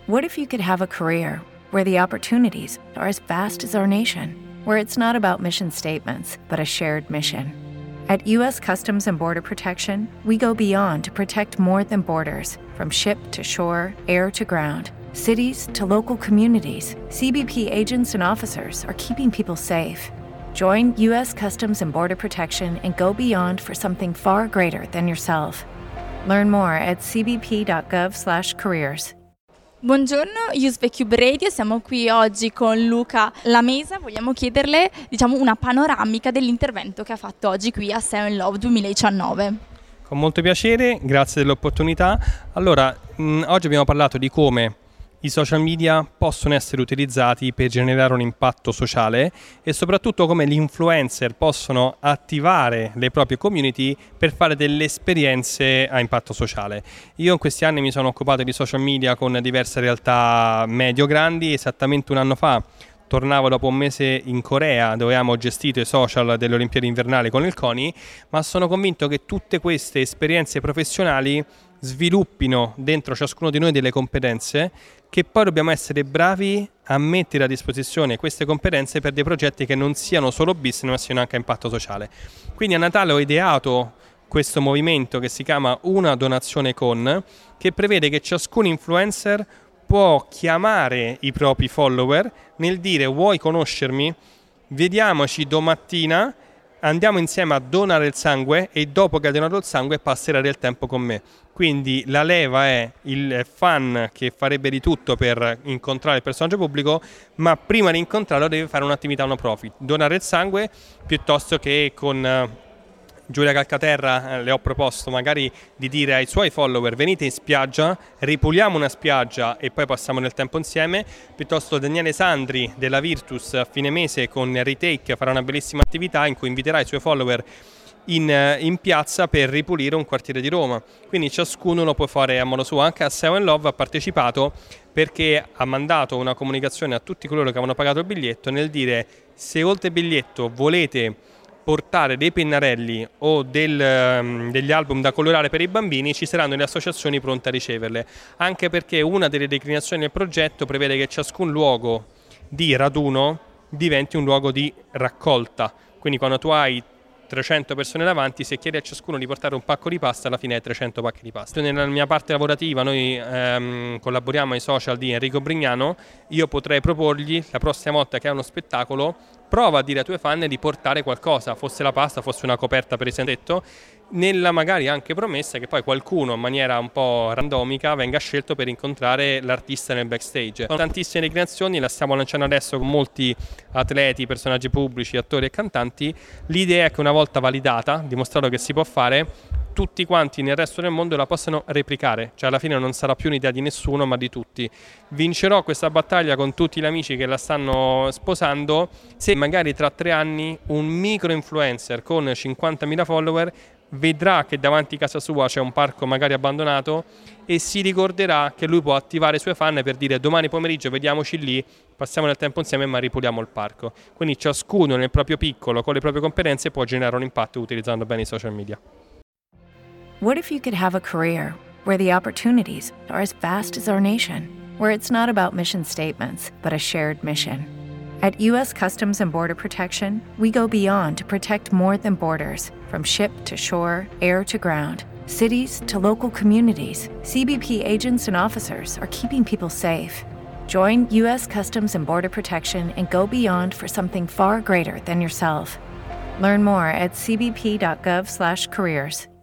What if you could have a career where the opportunities are as vast as our nation, where it's not about mission statements, but a shared mission? At U.S. Customs and Border Protection, we go beyond to protect more than borders, from ship to shore, air to ground, cities to local communities. CBP agents and officers are keeping people safe. Join U.S. Customs and Border Protection and go beyond for something far greater than yourself. Learn more at cbp.gov/careers. Buongiorno, USVCube Radio, siamo qui oggi con Luca Lamesa. Vogliamo chiederle, una panoramica dell'intervento che ha fatto oggi qui a Seven Love 2019. Con molto piacere, grazie dell'opportunità. Allora, oggi abbiamo parlato di come i social media possono essere utilizzati per generare un impatto sociale e soprattutto come gli influencer possono attivare le proprie community per fare delle esperienze a impatto sociale. Io in questi anni mi sono occupato di social media con diverse realtà medio-grandi. Esattamente un anno fa tornavo dopo un mese in Corea, dove abbiamo gestito i social delle Olimpiadi invernali con il CONI, ma sono convinto che tutte queste esperienze professionali sviluppino dentro ciascuno di noi delle competenze che poi dobbiamo essere bravi a mettere a disposizione queste competenze per dei progetti che non siano solo business ma siano anche a impatto sociale. Quindi a Natale ho ideato questo movimento che si chiama Una Donazione Con, che prevede che ciascun influencer può chiamare i propri follower nel dire: vuoi conoscermi? Vediamoci domattina, andiamo insieme a donare il sangue e dopo che ha donato il sangue passerà del tempo con me. Quindi la leva è il fan che farebbe di tutto per incontrare il personaggio pubblico, ma prima di incontrarlo deve fare un'attività no profit, donare il sangue, piuttosto che con Giulia Calcaterra le ho proposto magari di dire ai suoi follower: venite in spiaggia, ripuliamo una spiaggia e poi passiamo del tempo insieme, piuttosto Daniele Sandri della Virtus a fine mese con Retake farà una bellissima attività in cui inviterà i suoi follower in piazza per ripulire un quartiere di Roma. Quindi ciascuno lo può fare a modo suo. Anche a Seven Love ha partecipato perché ha mandato una comunicazione a tutti coloro che avevano pagato il biglietto nel dire: se oltre il biglietto volete portare dei pennarelli o degli album da colorare per i bambini, ci saranno le associazioni pronte a riceverle, anche perché una delle declinazioni del progetto prevede che ciascun luogo di raduno diventi un luogo di raccolta. Quindi quando tu hai 300 persone davanti, se chiedi a ciascuno di portare un pacco di pasta, alla fine hai 300 pacchi di pasta. Nella mia parte lavorativa noi collaboriamo ai social di Enrico Brignano. Io potrei proporgli, la prossima volta che hai uno spettacolo, prova a dire ai tuoi fan di portare qualcosa, fosse la pasta, fosse una coperta per il sendetto, nella magari anche promessa che poi qualcuno in maniera un po' randomica venga scelto per incontrare l'artista nel backstage. Sono tantissime declinazioni, la stiamo lanciando adesso con molti atleti, personaggi pubblici, attori e cantanti. L'idea è che una volta validata, dimostrato che si può fare, tutti quanti nel resto del mondo la possano replicare, cioè alla fine non sarà più un'idea di nessuno ma di tutti. Vincerò questa battaglia con tutti gli amici che la stanno sposando se magari tra 3 anni un micro influencer con 50.000 follower vedrà che davanti a casa sua c'è un parco magari abbandonato e si ricorderà che lui può attivare i suoi fan per dire: domani pomeriggio vediamoci lì, passiamo del tempo insieme ma ripuliamo il parco. Quindi ciascuno nel proprio piccolo, con le proprie competenze, può generare un impatto utilizzando bene i social media. What if you could have a career where the opportunities are as vast as our nation, where it's not about mission statements, but a shared mission? At U.S. Customs and Border Protection, we go beyond to protect more than borders, from ship to shore, air to ground, cities to local communities. CBP agents and officers are keeping people safe. Join U.S. Customs and Border Protection and go beyond for something far greater than yourself. Learn more at cbp.gov/careers.